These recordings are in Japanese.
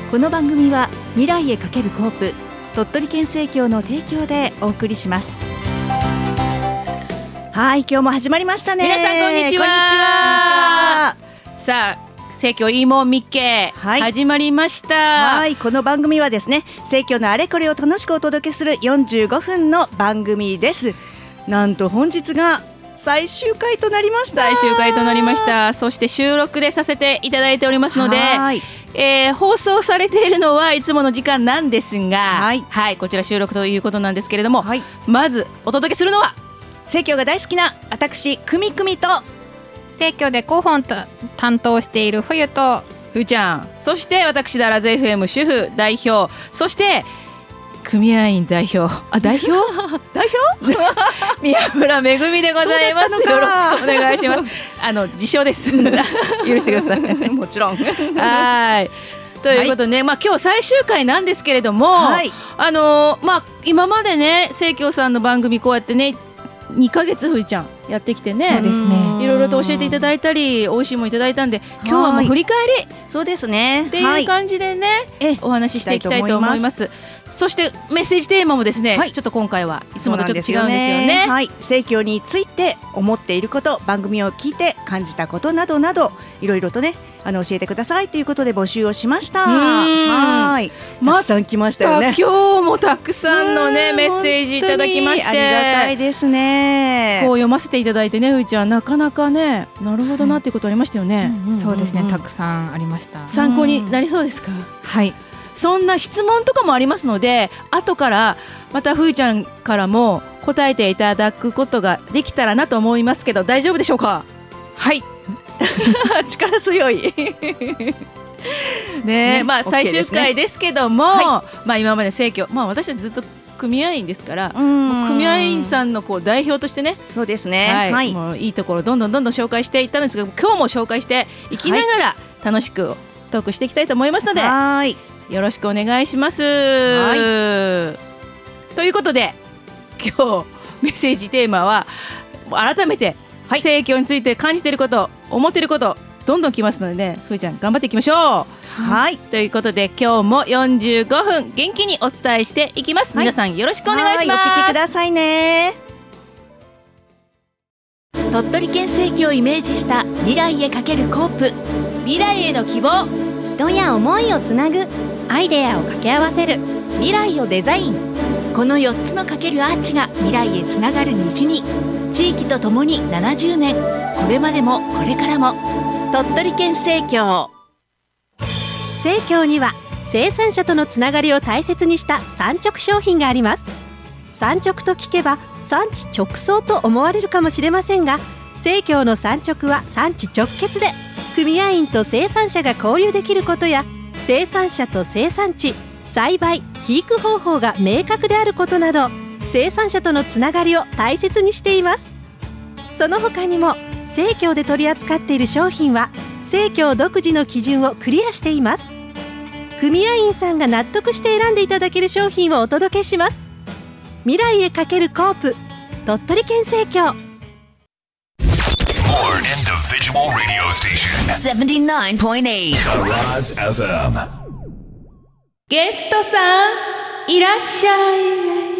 この番組は未来へかけるコープ鳥取県生協の提供でお送りします。はい、今日も始まりましたね。 皆さんこんにちは。さあ、生協いいもんみっけ、始まりました。 はい、この番組はですね、生協のあれこれを楽しくお届けする45分の番組です。なんと本日が最終回となりました。 最終回となりました。そして収録でさせていただいておりますので、放送されているのはいつもの時間なんですが、こちら収録ということなんですけれども、まずお届けするのは生協が大好きな私くみくみと、 生協で広報担当している冬とふーちゃん、そして私ダラズ FM 主婦代表、そして組合員代表宮村めぐみでございます。よろしくお願いします。自称です許してくださいもちろんはいということで、今日最終回なんですけれども、今までね生協さんの番組こうやってね2ヶ月ふーちゃんやってきてね、 そうですね、 いろいろと教えていただいたり美味しいもいただいたんで、今日はもう振り返りそうですねっていう感じでね、お話ししていきたいと思います。そしてメッセージテーマもですね、ちょっと今回はいつもとちょっと違うんですよね。 はい、生協について思っていること、番組を聞いて感じたことなどなどいろいろとね教えてくださいということで募集をしました。はい、たくさん来ましたよね。 今日もたくさんのねメッセージいただきましてありがたいですね。 こう読ませていただいてね、うーちゃんなかなかねなるほどなっていうことありましたよね。 そうですね、たくさんありました。 参考になりそうですか？ はい、 そんな質問とかもありますので、後からまたふーちゃんからも答えていただくことができたらなと思いますけど、大丈夫でしょうか？ はい力強いね、最終回ですけども、今まで生協、私はずっと組合員ですから、もう組合員さんのこう代表としてね、 そうですね、 もういいところどんどん紹介していったんですが、今日も紹介していきながら楽しくトークしていきたいと思いますので、よろしくお願いします。ということで今日メッセージテーマは改めて生協について感じていること、思っていることどんどん来ますのでね、ふーちゃん頑張っていきましょう。ということで今日も45分元気にお伝えしていきます。皆さんよろしくお願いします。 お聞きくださいね。鳥取県生協をイメージした未来へかけるコープ、 未来への希望、 人や思いをつなぐ、アイデアを掛け合わせる、 未来をデザイン。この4つのかけるアーチが未来へつながる虹に、地域とともに70年、これまでもこれからも鳥取県生協。 生協には生産者とのつながりを大切にした産直商品があります。産直と聞けば産地直送と思われるかもしれませんが、生協の産直は産地直結で、組合員と生産者が交流できることや、生産者と生産地、栽培・肥育方法が明確であることなど、生産者とのつながりを大切にしています。その他にも生協で取り扱っている商品は生協独自の基準をクリアしています。組合員さんが納得して選んでいただける商品をお届けします。未来へかけるコープ、鳥取県生協。 More individual radio station 79.8 Taraz FM。 ゲストさんいらっしゃい。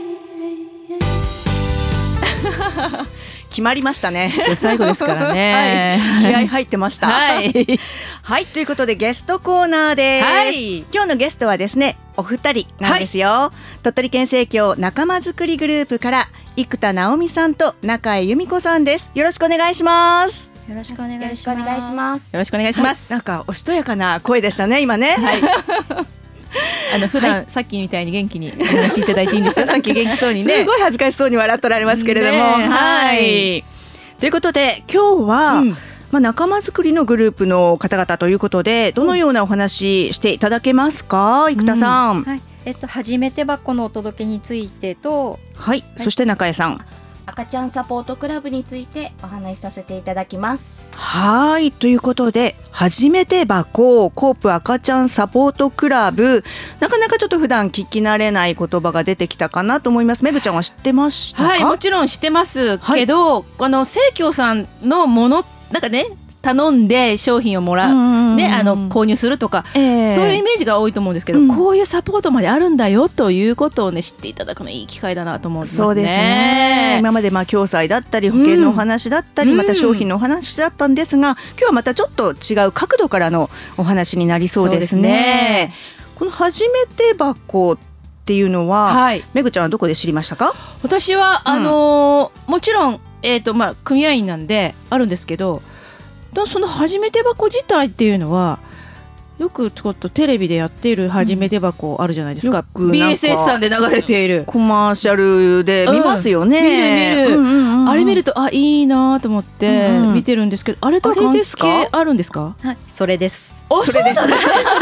決まりましたね。 最後ですからね、 気合入ってました。ということでゲストコーナーです。今日のゲストはですね、お二人なんですよ。鳥取県生協仲間づくりグループから生田直美さんと中江由美子さんです。よろしくお願いします。 よろしくお願いします。 よろしくお願いします。 なんかおしとやかな声でしたね今ね。 普段さっきみたいに元気にお話しいただいていいんですよ。さっき元気そうにね、 すごい恥ずかしそうに笑っておられますけれども、ということで今日は、仲間づくりのグループの方々ということで、どのようなお話していただけますか、生田さん。 初めて箱のお届けについてと、 そして中江さん。 赤ちゃんサポートクラブについてお話しさせていただきます。 ということで初めて箱コープ赤ちゃんサポートクラブ、なかなかちょっと普段聞き慣れない言葉が出てきたかなと思います。めぐちゃんは知ってましたか？ もちろん知ってますけど、生協さんのものなんかね頼んで商品をもらう、ね、購入するとか、そういうイメージが多いと思うんですけど、こういうサポートまであるんだよということをね知っていただくのいい機会だなと思うんですね。 そうですね。今まで共済だったり保険のお話だったり、また商品のお話だったんですが、今日はまたちょっと違う角度からのお話になりそうですね。この初めて箱っていうのは、めぐちゃんはどこで知りましたか？ 私はもちろん、組合員なんであるんですけど、その初めて箱自体っていうのはよくちょっとテレビでやっている初めて箱あるじゃないですか、BSS さんで流れているコマーシャルで見ますよね、 見る、あれ見るといいなと思って見てるんですけど、あれと関係あるんですか？ はい、それです。 それです。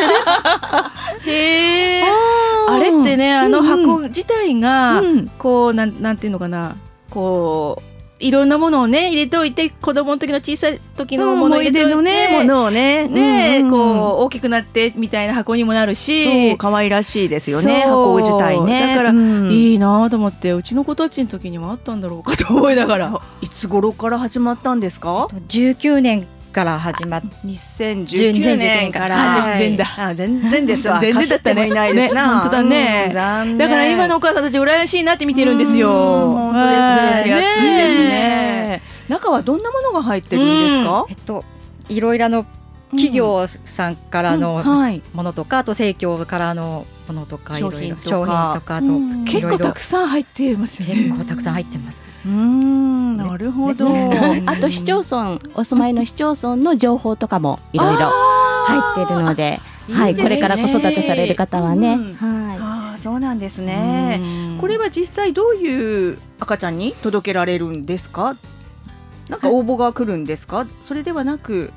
へー、あれってね、箱自体がこうなんていうのかな、こういろんなものをね入れておいて、子供の時の小さい時のものを入れておいて、 思い出のねものをね、 こう大きくなってみたいな箱にもなるし、 そう可愛らしいですよね、箱自体ね。 だからいいなと思って、うちの子たちの時にもあったんだろうかと思いながら。 いつ頃から始まったんですか ？19年から始まって、 2019年から。 全然だ。 全然ですわ。 全然だったね。 いないですな。 本当だね。だから今のお母さんたち羨ましいなって見てるんですよ。 本当ですね。手厚いですね。中はどんなものが入ってるんですか？ いろいろ企業さんからのものとか、あと生協からのものとか、 商品とか、あと結構たくさん入ってますよね。 結構たくさん入ってます。 なるほど。 あと市町村、お住まいの市町村の情報とかもいろいろ入っているので、これから子育てされる方はね、 そうなんですね。これは実際どういう赤ちゃんに届けられるんですか？なんか応募が来るんですか？それではなく、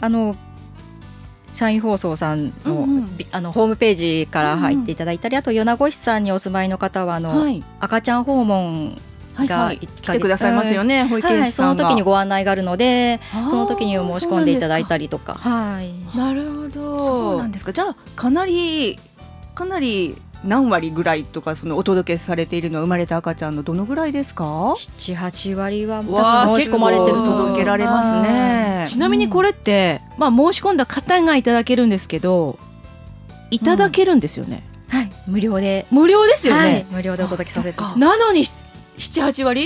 社員放送さんの、ホームページから入っていただいたり、あと米子市さんにお住まいの方は赤ちゃん訪問が来てくださいますよね、保育園士さんが。 その時にご案内があるので、その時にお申し込んでいただいたりとか。 なるほど。そうなんですか。じゃあかなり何割ぐらいとか、そのお届けされているのは生まれた赤ちゃんのどのぐらいですか ？7、8割は申し込まれてると届けられますね。 ちなみにこれって、申し込んだ方がいただけるんですけど、いただけるんですよね。 無料で。 無料ですよね。 無料でお届けさせて。 なのに7、8割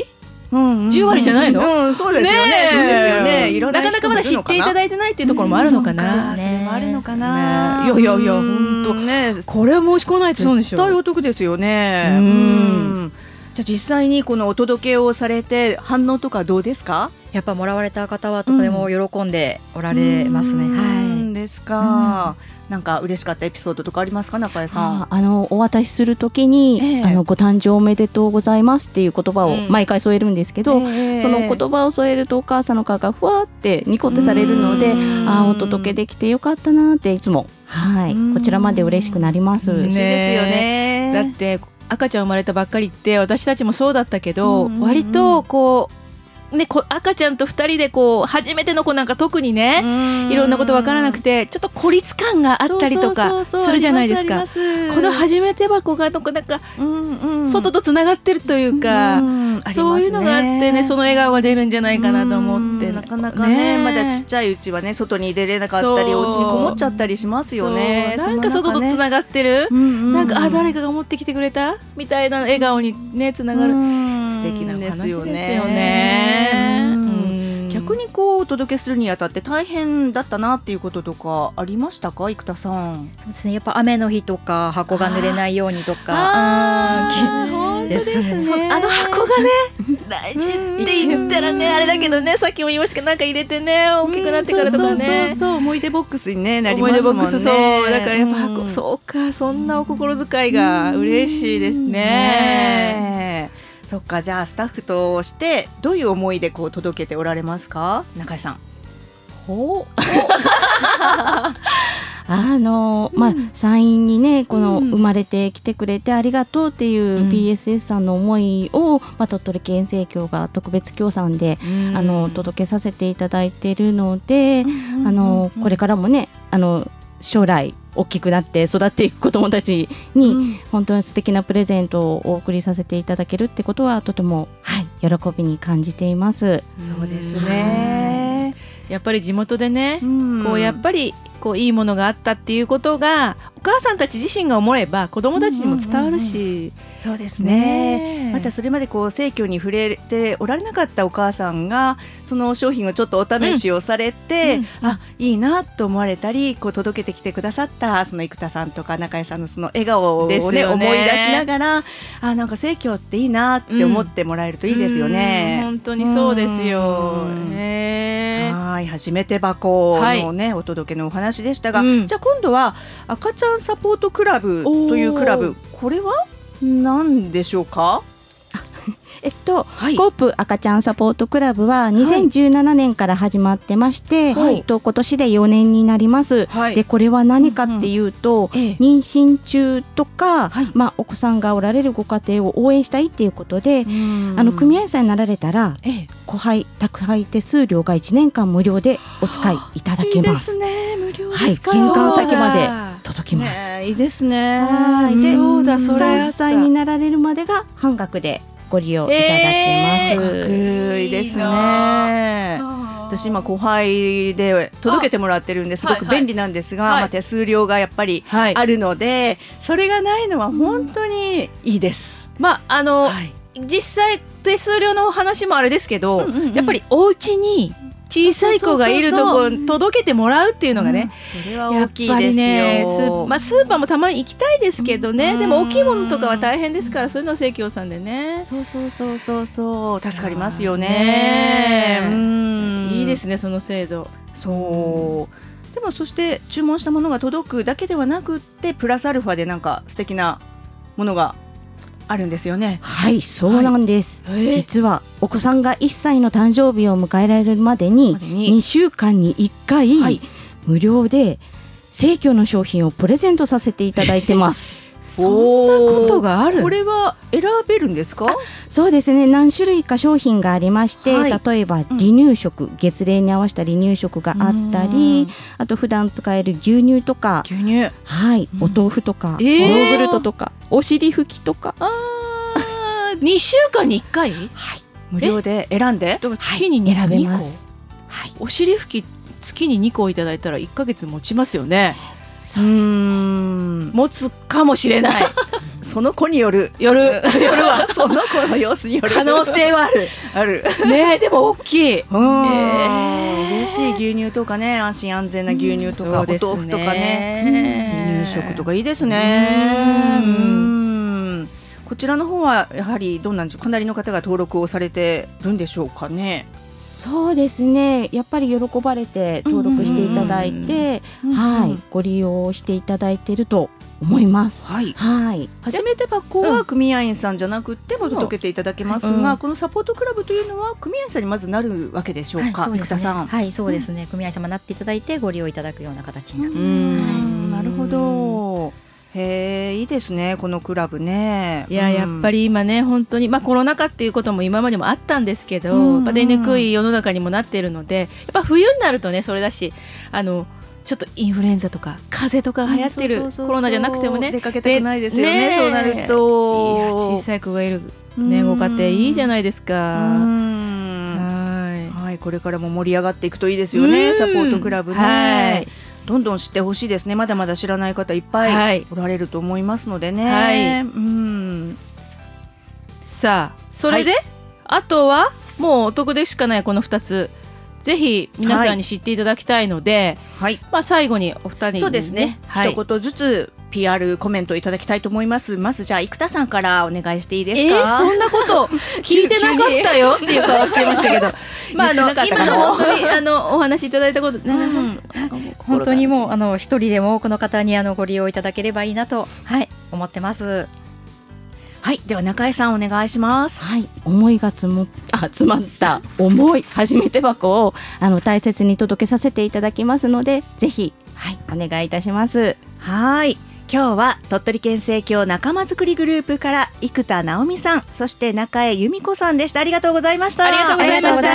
10割じゃないの？ そうですよね。そうですよね。 なかなかまだ知っていただいてないっていうところもあるのかな。 それもあるのかな。 いや本当ね、これは申し込まないと絶対お得ですよね。じゃあ実際にこのお届けをされて反応とかどうですか？ やっぱもらわれた方はとても喜んでおられますね。 ですか。なんか嬉しかったエピソードとかありますか、中江さん？お渡しするときに、ご誕生おめでとうございますっていう言葉を毎回添えるんですけど、その言葉を添えるとお母さんの顔がふわってニコってされるので、お届けできてよかったなっていつもこちらまで嬉しくなります。 嬉しいですよね。 だって赤ちゃん生まれたばっかりって私たちもそうだったけど、割とこう赤ちゃんと2人で初めての子なんか特にね、いろんなこと分からなくてちょっと孤立感があったりとかするじゃないですか。この初めて箱がなんか外とつながってるというか、そういうのがあってね、その笑顔が出るんじゃないかなと思って。 なかなかね、まだちっちゃいうちはね、外に出れなかったりお家にこもっちゃったりしますよね。 なんか外とつながってる、なんか誰かが持ってきてくれたみたいな笑顔にねつながる素敵な話ですよね。 逆にお届けするにあたって大変だったなっていうこととかありましたか、生田さん？ そうですね、やっぱ雨の日とか箱が濡れないようにとか。 本当ですね。箱がね大事って言ったらねあれだけどね、さっきも言いましたけど、なんか入れてね大きくなってからとかね、 そう思い出ボックスにねなりますもんね。 思い出ボックス、そうだからやっぱ箱、そうか、そんなお心遣いが嬉しいですね。 そっか。じゃあスタッフとしてどういう思いで届けておられますか、中井さん？ 産院にね生まれてきてくれてありがとうっていう BSS さんの思いを、鳥取県生協が特別協賛で届けさせていただいているので、これからもね将来大きくなって育っていく子どもたちに本当に素敵なプレゼントをお送りさせていただけるってことはとても、喜びに感じています。 そうですね。 やっぱり地元でね、こうやっぱりこういいものがあったっていうことがお母さんたち自身が思えば子どもたちにも伝わるし、 そうですね。またそれまでこう生協に触れておられなかったお母さんがその商品をちょっとお試しをされて、あ、いいなと思われたり、こう届けてきてくださったその生田さんとか中江さんのその笑顔をね思い出しながら、あ、なんか生協っていいなって思ってもらえるといいですよね。 本当にそうですよ。 はい、初めて箱のね、お届けのお話でしたが、じゃあ今度は赤ちゃんサポートクラブというクラブ、これは何でしょうか？ コープ赤ちゃんサポートクラブは2017年から始まってまして、今年で4年になります。でこれは何かっていうと、妊娠中とか、お子さんがおられるご家庭を応援したいっていうことで、組合員さんになられたら、個配宅配手数料が1年間無料でお使いいただけます。 いいですね、無料ですか？ 玄関先まで届きます。 いいですね。 で、 そうだ、それ 3歳になられるまでが半額でご利用いただけます。 いいですね。私今後輩で届けてもらってるんですごく便利なんですが、手数料がやっぱりあるので、それがないのは本当にいいです。 実際手数料の話もあれですけど、やっぱりお家に小さい子がいるところに届けてもらうっていうのがね、 それは大きいですよ。 スーパーもたまに行きたいですけどね、でも大きいものとかは大変ですから、そういうのは生協さんでね。 そう助かりますよね。 いいですね、その制度。 でもそして注文したものが届くだけではなくって、プラスアルファでなんか素敵なものがあるんですよね。 はい、そうなんです。実はお子さんが1歳の誕生日を迎えられるまでに2週間に1回、無料で生協の商品をプレゼントさせていただいてます。 そんなことがある？ これは選べるんですか？ そうですね、何種類か商品がありまして、例えば離乳食、月齢に合わせた離乳食があったり、あと普段使える牛乳とか、お豆腐とか、ヨーグルトとか、お尻拭きとか、 2週間に1回、 無料で選んで月に選べま 2 す。 個、お尻拭き月に2個いただいたら1ヶ月持ちますよね。持つかもしれない。 その子によるはその子の様子による可能性はあるね。でも大きい、 嬉しい牛乳とかね、安心安全な牛乳とか、お豆腐とかね、離乳食とかいいですね。こちらの方はやはりどうなんでしょう、かなりの方が登録をされてるんでしょうかね。 そうですね、やっぱり喜ばれて登録していただいて、ご利用していただいていると思います。 初めて箱は組合員さんじゃなくても届けていただけますが、このサポートクラブというのは組合員さんにまずなるわけでしょうか？生田さん。 はい、そうですね、組合様になっていただいてご利用いただくような形になってます。 なるほど。いいですね、このクラブね。 やっぱり今ね、本当にコロナ禍っていうことも今までもあったんですけど、出にくい世の中にもなっているので、やっぱ冬になるとね、それだし、ちょっとインフルエンザとか風邪とか流行ってる、コロナじゃなくてもね、 出かけたくないですよね。そうなると小さい子がいる、ご家庭いいじゃないですか。 これからも盛り上がっていくといいですよね、サポートクラブね。どんどん知ってほしいですね。まだまだ知らない方いっぱいおられると思いますのでね。 さあ、それで、あとはもうお得でしかないこの2つ、ぜひ皆さんに知っていただきたいので、最後にお二人に、 そうですね、一言ずつ PR コメントいただきたいと思います。まずじゃあ生田さんからお願いしていいですか？ そんなこと聞いてなかったよっていう顔してましたけど今の本当にお話いただいたこと、 本当にもう一人でも多くの方にご利用いただければいいなと、思ってます。 では中江さんお願いします。 思いが詰まった重い初めて箱を大切に届けさせていただきますので、ぜひお願いいたします。 今日は鳥取県生協仲間づくりグループから生田直美さん、そして中江由美子さんでした。ありがとうございました。 ありがとうございました。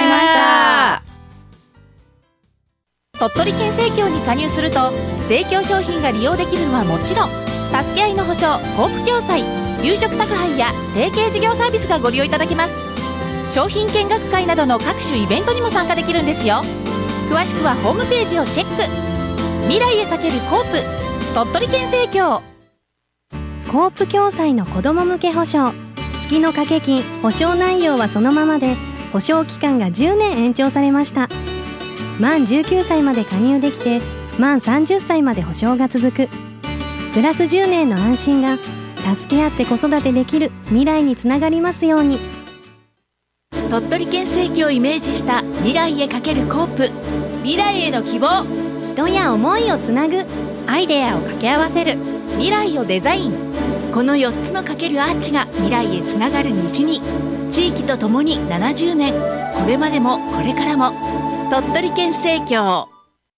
鳥取県生協に加入すると生協商品が利用できるのはもちろん、助け合いの保証、コープ共済、夕食宅配や提携事業サービスがご利用いただけます。商品見学会などの各種イベントにも参加できるんですよ。 詳しくはホームページをチェック。未来へかけるコープ、鳥取県生協。 コープ共済の子ども向け保証、月の掛け金、保証内容はそのままで、保証期間が10年延長されました。満19歳まで加入できて、満30歳まで保証が続く。プラス10年の安心が、助け合って子育てできる未来につながりますように。 鳥取県生協をイメージした未来へかけるコープ、未来への希望。 人や思いをつなぐ、アイデアを掛け合わせる、 未来をデザイン。この4つのかけるアーチが未来へつながる虹に。地域とともに70年、これまでもこれからも鳥取県生協。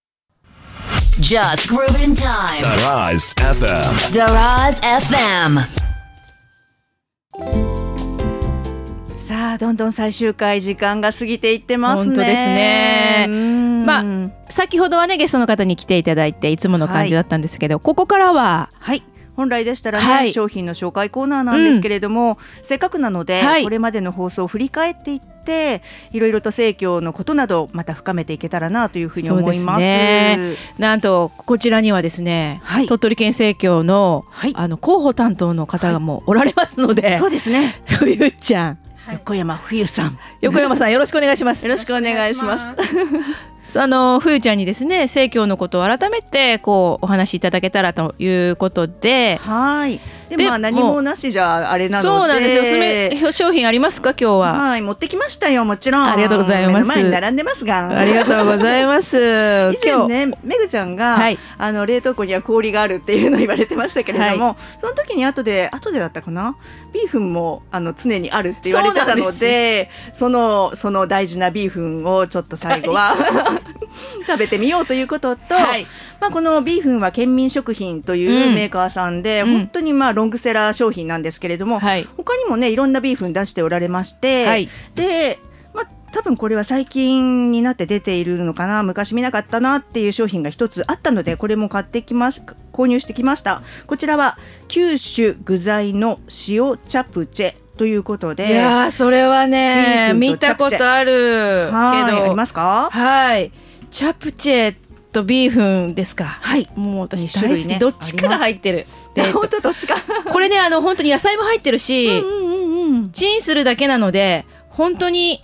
Just Groovin' Time. Daraz FM. Daraz FM. さあどんどん最終回時間が過ぎていってますね。 本当ですね。先ほどはねゲストの方に来ていただいていつもの感じだったんですけど、ここからは本来でしたらね、商品の紹介コーナーなんですけれども、せっかくなので、これまでの放送を振り返っていっていろいろと生協のことなどまた深めていけたらなというふうに思います。そうですね。 なんとこちらにはですね、鳥取県生協の、広報担当の方がもうおられますので、 そうですね。 ゆっちゃん、 横山冬さん、 横山さんよろしくお願いします。 よろしくお願いします。 冬ちゃんにですね生協のことを改めてお話しいただけたらということで、 で何もなしじゃあれなので、 そうなんですよ。おすすめ商品ありますか今日は？ 持ってきましたよ。もちろんありがとうございます。 目の前に並んでますが、 ありがとうございます。 以前ねめぐちゃんが、冷凍庫には氷があるっていうのを言われてましたけれども、その時に後でだったかな、ビーフンも常にあるって言われてたので、その大事なビーフンをちょっと最後は食べてみようということと、このビーフンは県民食品というメーカーさんで、本当にロングセラー商品なんですけれども、他にもねいろんなビーフン出しておられまして、で多分これは最近になって出ているのかな、昔見なかったなっていう商品が一つあったので、これも購入してきました。こちらは九種具材の塩チャプチェということで、 いやそれはね見たことあるけど、 ありますか？ チャプチェとビーフンですか？もう私大好き、どっちかが入ってる。 本当どっちかこれね本当に野菜も入ってるし、チンするだけなので本当に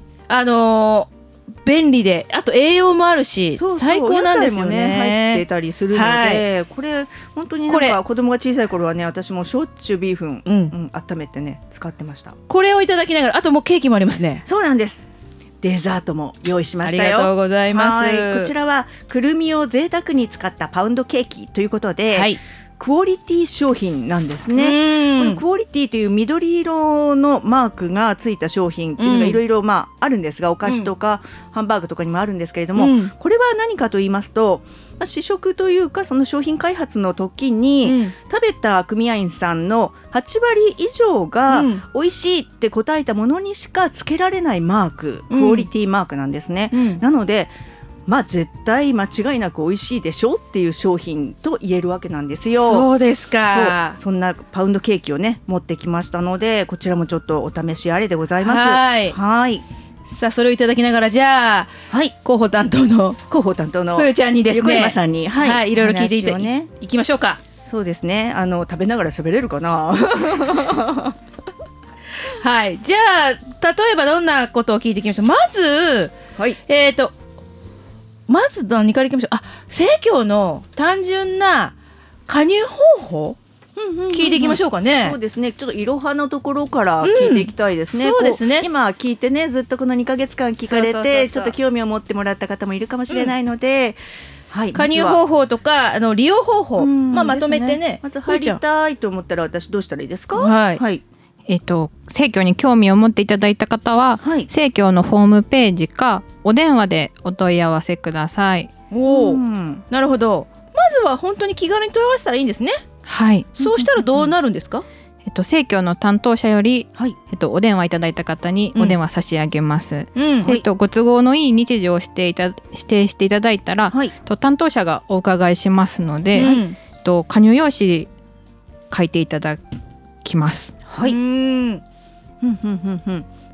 便利で、あと栄養もあるし最高なんですよね。 入ってたりするので、これ本当に子供が小さい頃はね、私もしょっちゅうビーフン、温めてね使ってました。 これをいただきながら、あともうケーキもありますね。 そうなんです。デザートも用意しましたよ。 ありがとうございます。 こちらはくるみを贅沢に使ったパウンドケーキということで、クオリティ商品なんですね。このクオリティという緑色のマークがついた商品っていうのがいろいろあるんですが、お菓子とかハンバーグとかにもあるんですけれども、これは何かと言いますと、試食というかその商品開発の時に、食べた組合員さんの8割以上が美味しいって答えたものにしかつけられないマーク、クオリティマークなんですね。なので絶対間違いなく美味しいでしょっていう商品と言えるわけなんですよ。 そうですか。 そんなパウンドケーキをね持ってきましたので、こちらもちょっとお試しあれでございます。 さあそれをいただきながら、じゃあ、広報担当のふゆちゃんにですね、 横山さんに、 いろいろ聞いていきましょうか。 そうですね。食べながら喋れるかなじゃあ例えばどんなことを聞いていきましょう。まず、まず何からいきましょう。生協の単純な加入方法聞いていきましょうかね。 そうですね。ちょっといろはのところから聞いていきたいですね。 そうですね。 今聞いてね、ずっとこの2ヶ月間聞かれてちょっと興味を持ってもらった方もいるかもしれないので、 加入方法とか利用方法、まとめてね。 まず入りたいと思ったら私どうしたらいいですか？ 生協に興味を持っていただいた方は、生協のホームページかお電話でお問い合わせください。 なるほど。まずは本当に気軽に問い合わせたらいいんですね。そうしたらどうなるんですか？ 生協の担当者より、お電話いただいた方にお電話差し上げます。ご都合のいい日時を指定していただいたら、担当者がお伺いしますので、加入用紙書いていただきます。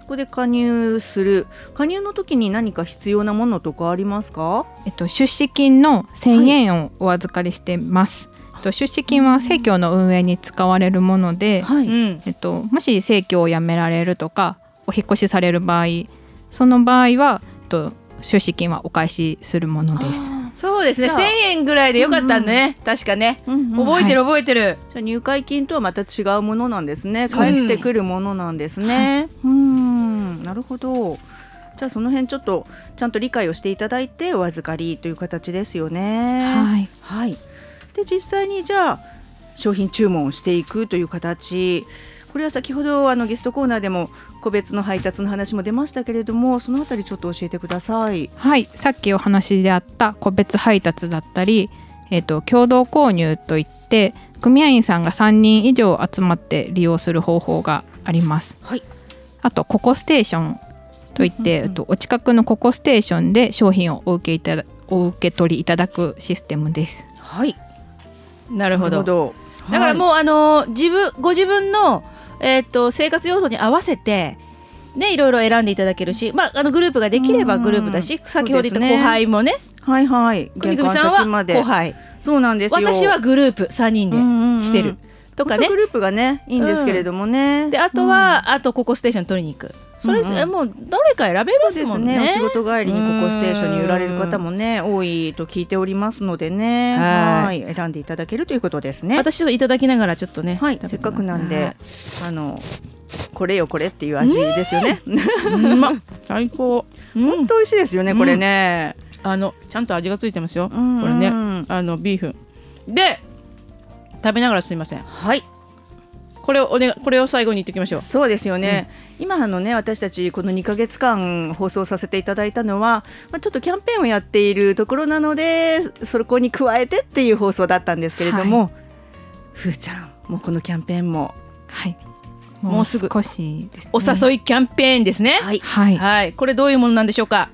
こで加入する。加入の時に何か必要なものとかありますか？ 出資金の1000円をお預かりしてます。出資金は生協の運営に使われるもので、もし生協を辞められるとかお引越しされる場合、その場合は出資金はお返しするものです。 そうですね、1000円ぐらいでよかったね、確かね、覚えてる覚えてる。 じゃあ入会金とはまた違うものなんですね。返してくるものなんですね。なるほど。じゃあその辺ちょっとちゃんと理解をしていただいてお預かりという形ですよね。で実際にじゃあ商品注文をしていくという形、これは先ほどゲストコーナーでも個別の配達の話も出ましたけれども、そのあたりちょっと教えてください。 さっきお話であった個別配達だったり、共同購入といって組合員さんが3人以上集まって利用する方法があります。あとココステーションといって、お近くのココステーションで商品をお受け取りいただくシステムです。 なるほど。だからもうご自分の生活要素に合わせてね、いろいろ選んでいただけるし、グループができればグループだし、先ほど言った後輩もね、くみくみさんは後輩、 そうなんですよ。 私はグループ3人でしてるとかね、 グループがねいいんですけれどもね。 であとはココステーション取りに行く、それもうどれか選べますもんね。 お仕事帰りにココステーションに売られる方もね多いと聞いておりますのでね、選んでいただけるということですね。 私ちょっといただきながらちょっとね、 せっかくなんでこれよこれっていう味ですよね。 最高。 本当美味しいですよねこれね。 ちゃんと味がついてますよこれね。ビーフで食べながらすみません。これを最後に言っておきましょう。 そうですよね。今私たちこの2ヶ月間放送させていただいたのは、ちょっとキャンペーンをやっているところなのでそこに加えてっていう放送だったんですけれども、ふーちゃんもうこのキャンペーンももうすぐ少しですね。 お誘いキャンペーンですね。これどういうものなんでしょうか。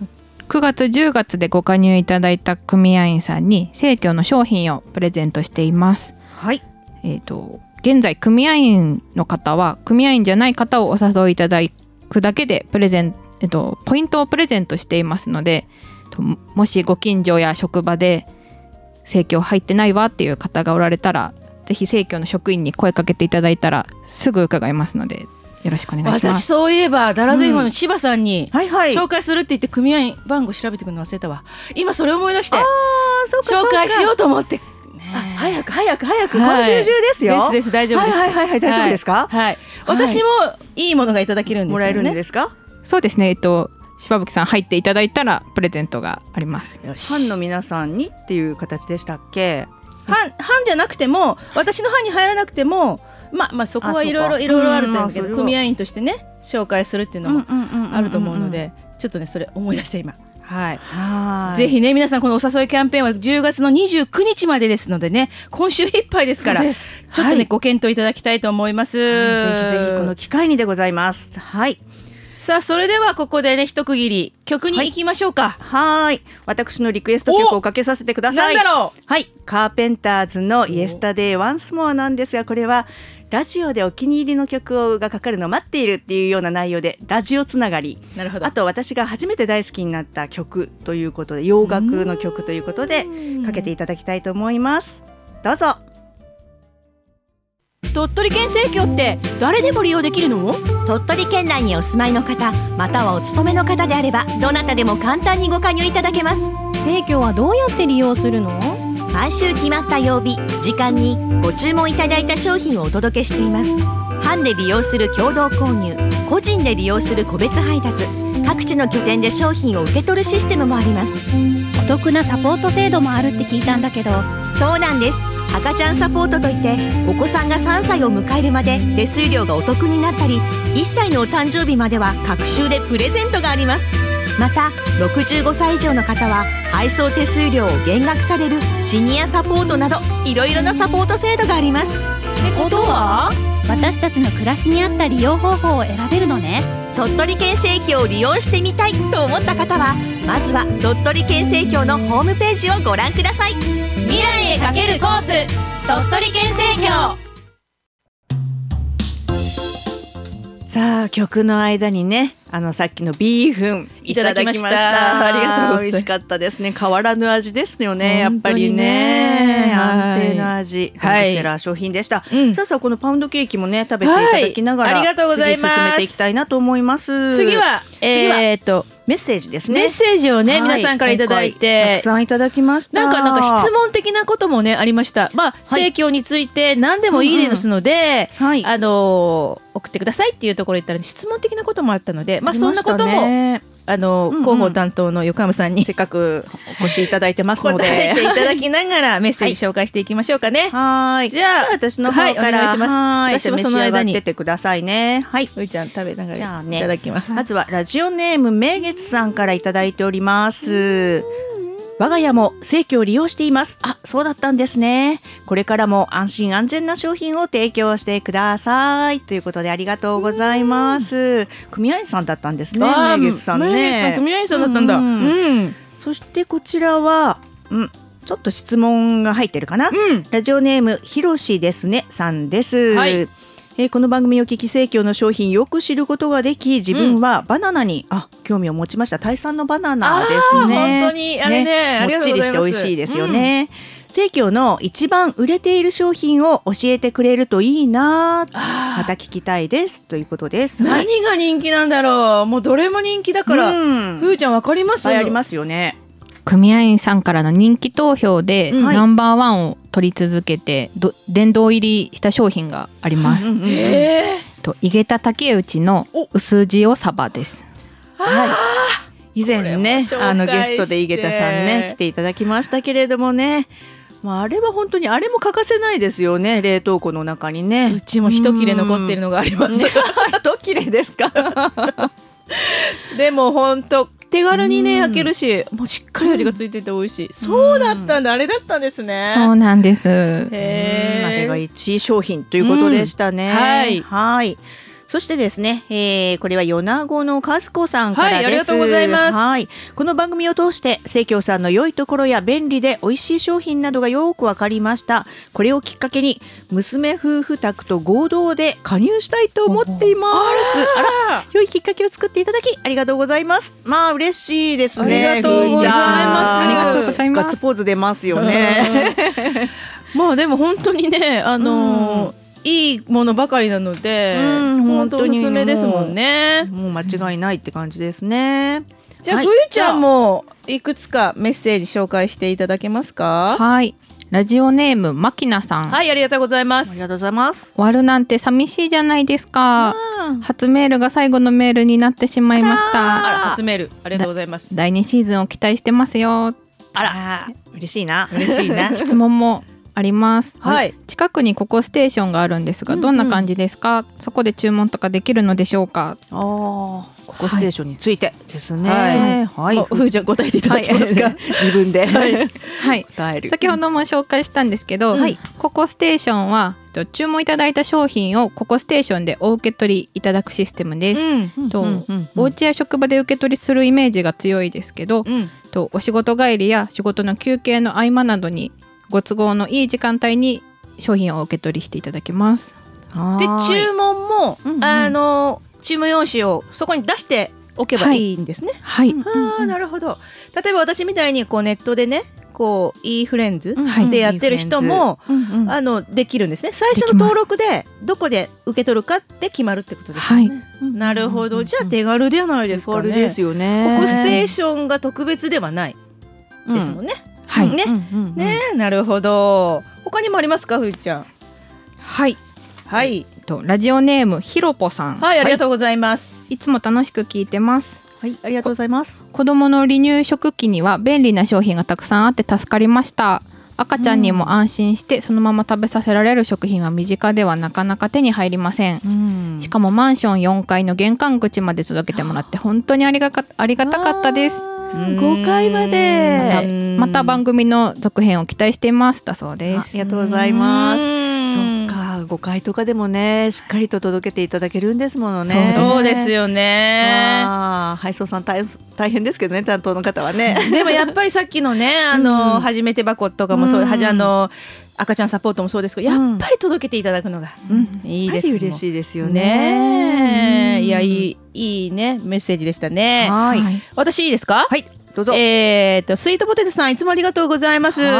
9月10月でご加入いただいた組合員さんに生協の商品をプレゼントしています。現在組合員の方は組合員じゃない方をお誘いいただくだけでポイントをプレゼントしていますので、もしご近所や職場で生協入ってないわっていう方がおられたら、ぜひ生協の職員に声かけていただいたらすぐ伺いますのでよろしくお願いします。 私そういえばダラゼイモの柴さんに紹介するって言って組合員番号調べてくるの忘れたわ。今それ思い出して紹介しようと思って。 早く今週中ですよ。 です大丈夫です。 大丈夫ですか。 私もいいものがいただけるんですよね。 もらえるんですか。 そうですね。柴吹さん入っていただいたらプレゼントがあります。 ファンの皆さんにっていう形でしたっけ。 班じゃなくても私の班に入らなくてもそこはいろいろあると思うんですけど、組合員としてね紹介するっていうのもあると思うので、ちょっとねそれ思い出して今。ぜひね皆さんこのお誘いキャンペーンは10月の29日までですのでね、今週いっぱいですからちょっとね、ご検討いただきたいと思います。 ぜひぜひこの機会にでございます。 さあそれではここでね一区切り曲に行きましょうか。 私のリクエスト曲をかけさせてください。 なんだろう。 カーペンターズの Yesterday Once More なんですが、これはラジオでお気に入りの曲がかかるのを待っているっていうような内容でラジオつながり。 なるほど。 あと私が初めて大好きになった曲ということで、洋楽の曲ということでかけていただきたいと思います。どうぞ。 鳥取県生協って誰でも利用できるの？ 鳥取県内にお住まいの方、またはお勤めの方であればどなたでも簡単にご加入いただけます。 生協はどうやって利用するの？ 毎週決まった曜日、時間にご注文いただいた商品をお届けしています。班で利用する共同購入、個人で利用する個別配達、各地の拠点で商品を受け取るシステムもあります。 お得なサポート制度もあるって聞いたんだけど。 そうなんです。赤ちゃんサポートといって、お子さんが3歳を迎えるまで手数料がお得になったり、1歳のお誕生日までは各週でプレゼントがあります。また65歳以上の方は配送手数料を減額されるシニアサポートなど、いろいろなサポート制度があります。ってことは私たちの暮らしに合った利用方法を選べるのね。 鳥取県生協を利用してみたいと思った方は、まずは鳥取県生協のホームページをご覧ください。 未来へかけるコープ、鳥取県生協。 さあ曲の間にねさっきのビーフンいただきました。 ありがとうございます。 美味しかったですね。変わらぬ味ですよね。やっぱりね安定の味、ロングセラー商品でした。さあこのパウンドケーキもね食べていただきながら、 ありがとうございます。 次進めていきたいなと思います。 次はメッセージですね。 メッセージをね、皆さんからいただいてたくさんいただきました。 なんか質問的なこともねありました。生協について何でもいいですので、送ってくださいっていうところ言ったら、質問的なこともあったので、そんなことも広報担当の横山さんにせっかくお越しいただいてますので答えていただきながらメッセージ紹介していきましょうかね。 じゃあ私の方からお願いします。 私もその間に召し上がっててくださいね。 ういちゃん食べながらじゃあいただきます。 まずはラジオネーム名月さんからいただいております。我が家も生協を利用しています。そうだったんですね。これからも安心安全な商品を提供してくださいということで、ありがとうございます。組合員さんだったんですね。名月さんね。 組合員さんだったんだ。 そしてこちらはちょっと質問が入ってるかな。ラジオネームひろしですねさんです。この番組を聞き生協の商品よく知ることができ、自分はバナナに興味を持ちました。タイ産のバナナですね。 本当にあれね、 もっちりして美味しいですよね。生協の一番売れている商品を教えてくれるといいな、また聞きたいですということです。 何が人気なんだろう。もうどれも人気だから、ふーちゃんわかります？ ありますよね。 組合員さんからの人気投票でナンバーワンを取り続けて殿堂入りした商品があります。井桁竹内の薄塩サバです。 以前ねゲストで井桁さんね来ていただきましたけれどもね、あれは本当にあれも欠かせないですよね。冷凍庫の中にね。 うちも一切れ残ってるのがあります。 一切れですか？ でも本当手軽にね開けるし、もうしっかり味がついてて美味しい。そうだったんだ、あれだったんですね。 そうなんです。あれが1位商品ということでしたね。はい。そしてですね、これは米子の和子さんからです。 ありがとうございます。 この番組を通して生協さんの良いところや便利で美味しい商品などがよくわかりました。これをきっかけに娘夫婦宅と合同で加入したいと思っています。良いきっかけを作っていただきありがとうございます。嬉しいですね。 ありがとうございます。 ありがとうございます。 ガッツポーズ出ますよね。 でも本当にねいいものばかりなので、本当におすすめですもんね。 もう間違いないって感じですね。 じゃあ、ふゆちゃんもいくつかメッセージ紹介していただけますか？ はい。ラジオネームまきなさん。 ありがとうございます。 ありがとうございます。 終わるなんて寂しいじゃないですか。初メールが最後のメールになってしまいました。 初メールありがとうございます。 第2シーズンを期待してますよ。 嬉しいな。 質問もあります。近くにココステーションがあるんですが、どんな感じですか？そこで注文とかできるのでしょうか？ ココステーションについてですね。 ふーちゃん答えていただけますか？ 自分で。 先ほども紹介したんですけど、ココステーションは注文いただいた商品をココステーションでお受け取りいただくシステムです。お家や職場で受け取りするイメージが強いですけど、お仕事帰りや仕事の休憩の合間などにご都合のいい時間帯に商品をお受け取りしていただけます。 で注文も、注文用紙をそこに出しておけばいいんですね。なるほど。例えば私みたいにネットでねeフレンズでやってる人もできるんですね。最初の登録でどこで受け取るかって決まるってことですよね。なるほど。じゃあ手軽ではないですかね。 手軽ですよね。 ココステーションが特別ではないですもんね。なるほど。他にもありますか、ふーちゃん？ ラジオネームひろぽさん。 ありがとうございます。 いつも楽しく聞いてます。 ありがとうございます。 子供の離乳食期には便利な商品がたくさんあって助かりました。赤ちゃんにも安心してそのまま食べさせられる食品は身近ではなかなか手に入りません。しかもマンション4階の玄関口まで届けてもらって本当にありがたかったです。 5階までまた番組の続編を期待していますだそうです。 ありがとうございます。そっか、5階とかでもねしっかりと届けていただけるんですものね。 そうですよね。 配送さん大変ですけどね、担当の方はね。 でもやっぱりさっきのね初めて箱とかもそういう赤ちゃんサポートもそうですけど、やっぱり届けていただくのがいいです。 嬉しいですよね。 いや、いいねメッセージでしたね。 はい、 私いいですか？ はい、どうぞ。 スイートポテトさん、いつもありがとうございます。はい、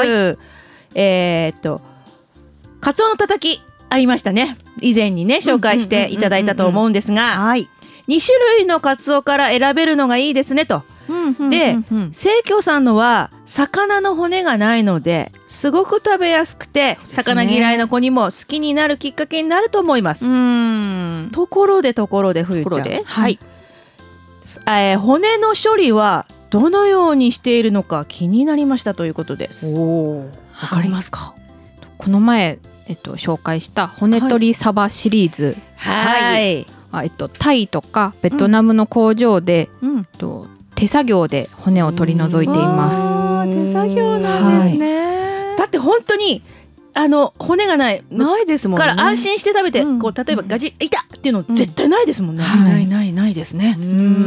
カツオのたたきありましたね。以前にね紹介していただいたと思うんですが、2種類のカツオから選べるのがいいですねと。で、生協さんのは魚の骨がないのですごく食べやすくて、魚嫌いの子にも好きになるきっかけになると思います。ところで冬ちゃん、はい、骨の処理はどのようにしているのか気になりましたということです。 わかりますか？ はい、この前、紹介した骨取りサバシリーズ、タイとかベトナムの工場で、手作業で骨を取り除いています。 手作業なんですね。 だって本当に骨がないですもんね。 から安心して食べて、こう例えばガジッいたっていうの絶対ないですもんね。 ないですね。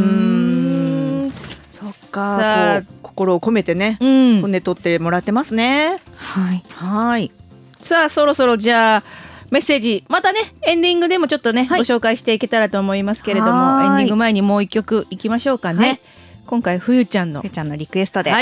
そっか、心を込めてね、骨取ってもらってますね。 はい。 さあそろそろじゃあメッセージまたねエンディングでもちょっとね、ご紹介していけたらと思いますけれども、エンディング前にもう一曲いきましょうかね。今回冬ちゃんのリクエストで、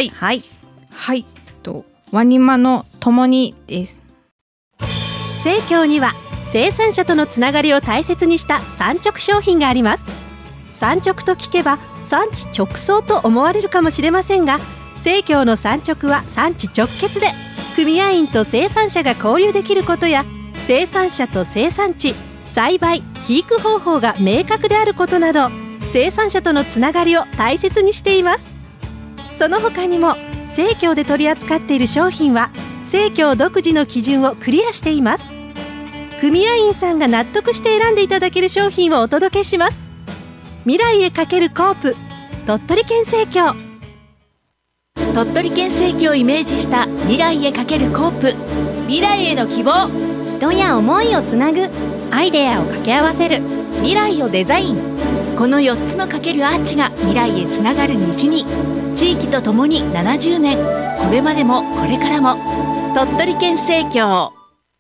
ワニマの共にです。 生協には生産者とのつながりを大切にした産直商品があります。産直と聞けば産地直送と思われるかもしれませんが、生協の産直は産地直結で、組合員と生産者が交流できることや、生産者と生産地、栽培・肥育方法が明確であることなど、生産者とのつながりを大切にしています。その他にも生協で取り扱っている商品は生協独自の基準をクリアしています。組合員さんが納得して選んでいただける商品をお届けします。未来へかけるコープ、鳥取県生協。 鳥取県生協をイメージした未来へかけるコープ、未来への希望、 人や思いをつなぐ、アイデアを掛け合わせる、 未来をデザイン。この4つのかけるアーチが未来へつながる虹に、地域とともに70年、これまでもこれからも、鳥取県生協。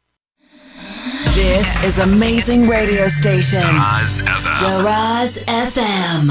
This is amazing radio station Daraz FM。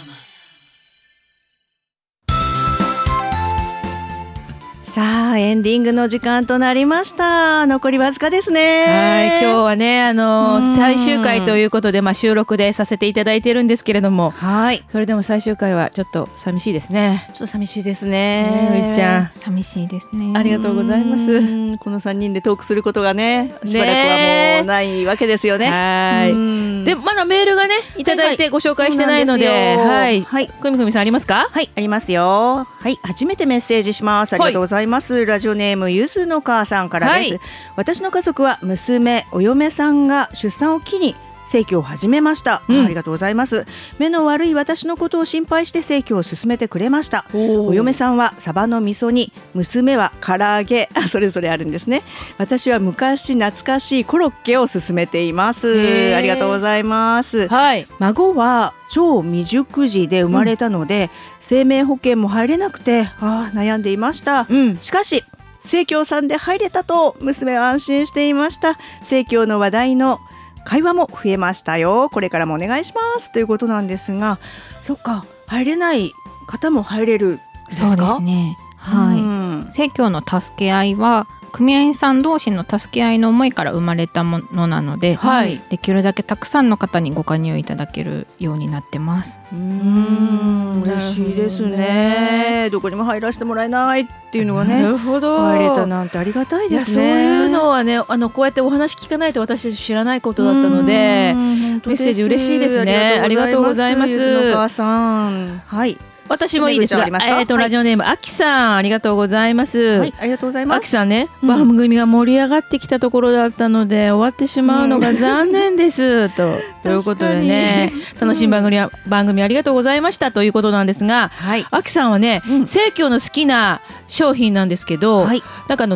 さあエンディングの時間となりました。残りわずかですね。 今日はね最終回ということで、収録でさせていただいてるんですけれども、それでも最終回はちょっと寂しいですね。 ちょっと寂しいですね。 ういちゃん寂しいですね。 ありがとうございます。 この3人でトークすることがねしばらくはもうないわけですよね。 でまだメールがねいただいてご紹介してないので、くみくみさんありますか？ はい、ありますよ。はい、初めてメッセージします。ありがとうございます。ラジオネームゆずの母さんからです。私の家族は娘、お嫁さんが出産を機に生協を始めました。ありがとうございます。目の悪い私のことを心配して生協を勧めてくれました。お嫁さんはサバの味噌煮、娘は唐揚げ、それぞれあるんですね。私は昔懐かしいコロッケを勧めています。ありがとうございます。孫は超未熟児で生まれたので、生命保険も入れなくて悩んでいました。しかし生協さんで入れたと娘は安心していました。生協の話題の会話も増えましたよ。これからもお願いしますということなんですが、そっか、入れない方も入れるんですか？ そうですね。生協の助け合いは組合員さん同士の助け合いの思いから生まれたものなので、できるだけたくさんの方にご加入いただけるようになってます。 嬉しいですね。どこにも入らせてもらえないっていうのがね、入れたなんてありがたいですね。 そういうのはねこうやってお話聞かないと私たち知らないことだったので、メッセージ嬉しいですね。ありがとうございます。 ゆずの母さん。 私もいいですが、ラジオネームあきさん、ありがとうございます。 ありがとうございます。 あきさんね、番組が盛り上がってきたところだったので終わってしまうのが残念ですということでね、楽しい番組ありがとうございましたということなんですが、あきさんはね、生協の好きな商品なんですけど、なんか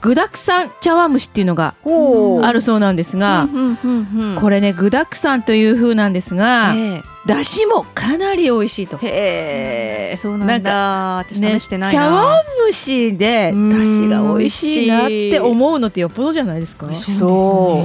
具沢山茶碗蒸しっていうのがあるそうなんですが、これね具沢山という風なんですが、だしもかなり美味しいと。 そうなんだ。私試してないな。 茶碗蒸しでだしが美味しいなって思うのってよっぽどじゃないですか。 そう。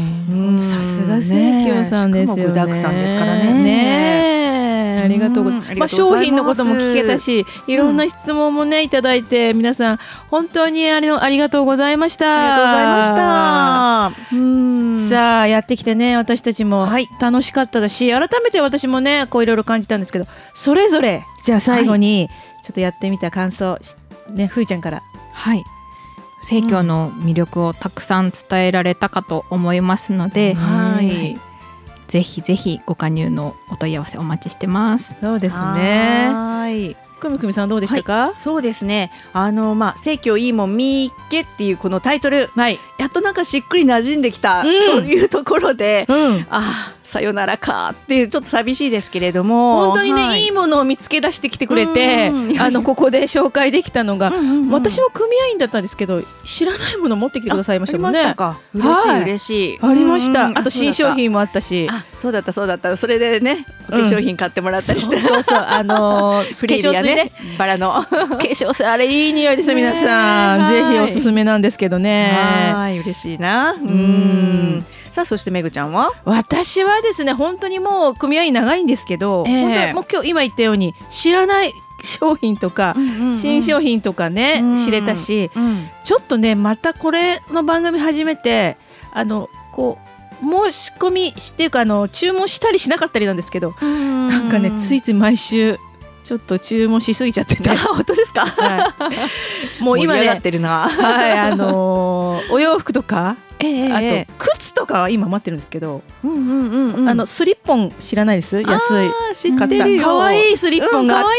さすが生協さんですよね。 具沢山ですからね。 ありがとうございます。商品のことも聞けたし、いろんな質問もねいただいて、皆さん本当にありがとうございました。 ありがとうございました。 さあやってきてね、私たちも楽しかっただし、改めて私もねこういろいろ感じたんですけど、それぞれじゃあ最後にちょっとやってみた感想ね、ふーちゃんから。 はい。生協の魅力をたくさん伝えられたかと思いますので、はい。ぜひぜひご加入のお問い合わせお待ちしてます。 そうですね。 はい。 くみくみさんどうでしたか？ そうですね。生協いいもんみっけっていうこのタイトル、やっとなんかしっくり馴染んできたというところで、さよならかっていうちょっと寂しいですけれども、 本当にね、いいものを見つけ出してきてくれて、ここで紹介できたのが、私も組合員だったんですけど知らないもの持ってきてくださいましたもんね。 嬉しい。 ありました。あと新商品もあったし、 そうだったそれでねお化粧品買ってもらったりして、 そうフリーリアね、バラの化粧水、あれいい匂いですよ皆さん。ぜひおすすめなんですけどね。 はい、嬉しいな。さあそしてめぐちゃんは？ 私はですね、本当にもう組合員長いんですけど、本当もう今日今言ったように知らない商品とか、新商品とかね、知れたし、ちょっとねまたこれの番組始めてこう申し込みっていうか注文したりしなかったりなんですけど、なんかねついつい毎週ちょっと注文しすぎちゃってて。 本当ですか？ もう今ね、 盛り上がってるな。 お洋服とか、あと靴とかは今待ってるんですけど、スリッポン知らないです？安い知ってるよ。 可愛いスリッポンがあって、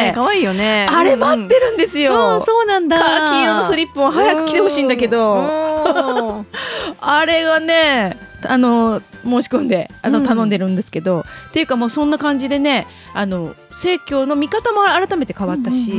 可愛いよね。 あれ待ってるんですよ。 そうなんだ。 カーキ色のスリッポン早く来てほしいんだけど、あれがね申し込んで頼んでるんですけど、っていうかもうそんな感じでね、生協の見方も改めて変わったし、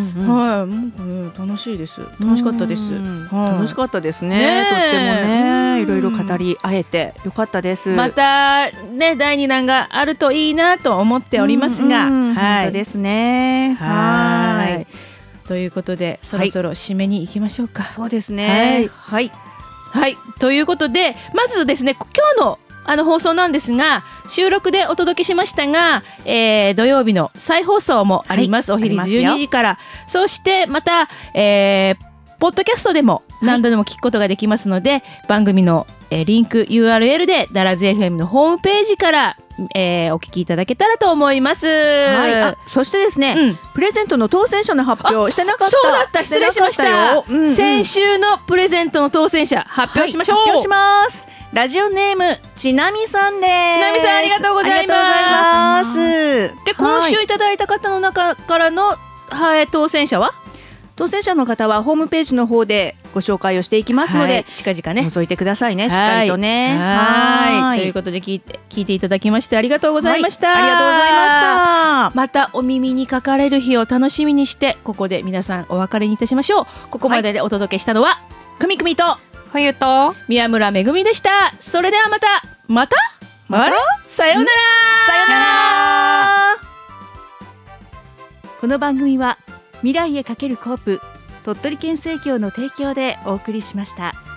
楽しいです。楽しかったです。 楽しかったですね。とってもね、いろいろ語り合えてよかったです。 またね第2弾があるといいなと思っておりますが、 本当ですね。 はい。ということでそろそろ締めに行きましょうか。 そうですね。はい。 ということでまずですね、今日の放送なんですが、収録でお届けしましたが、土曜日の再放送もあります。お昼12時から。そしてまた、ポッドキャストでも何度でも聞くことができますので、番組の、リンク URL でダラズ FM のホームページから、お聞きいただけたらと思います。 そしてですね、プレゼントの当選者の発表してなかった。 そうだった、失礼しました。先週のプレゼントの当選者発表しましょう。 発表します。ラジオネームちなみさんです。 ちなみさんありがとうございます。で今週いただいた方の中からの、当選者は？ 当選者の方はホームページの方でご紹介をしていきますので、 近々ね覗いてくださいね、しっかりとね。 ということで聞いていただきましてありがとうございました。 ありがとうございました。 またお耳にかかれる日を楽しみにして、ここで皆さんお別れにいたしましょう。ここまででお届けしたのは、 くみくみと冬と宮村めぐみでした。それではまたさようなら。 この番組は未来へかけるコープ鳥取県生協の提供でお送りしました。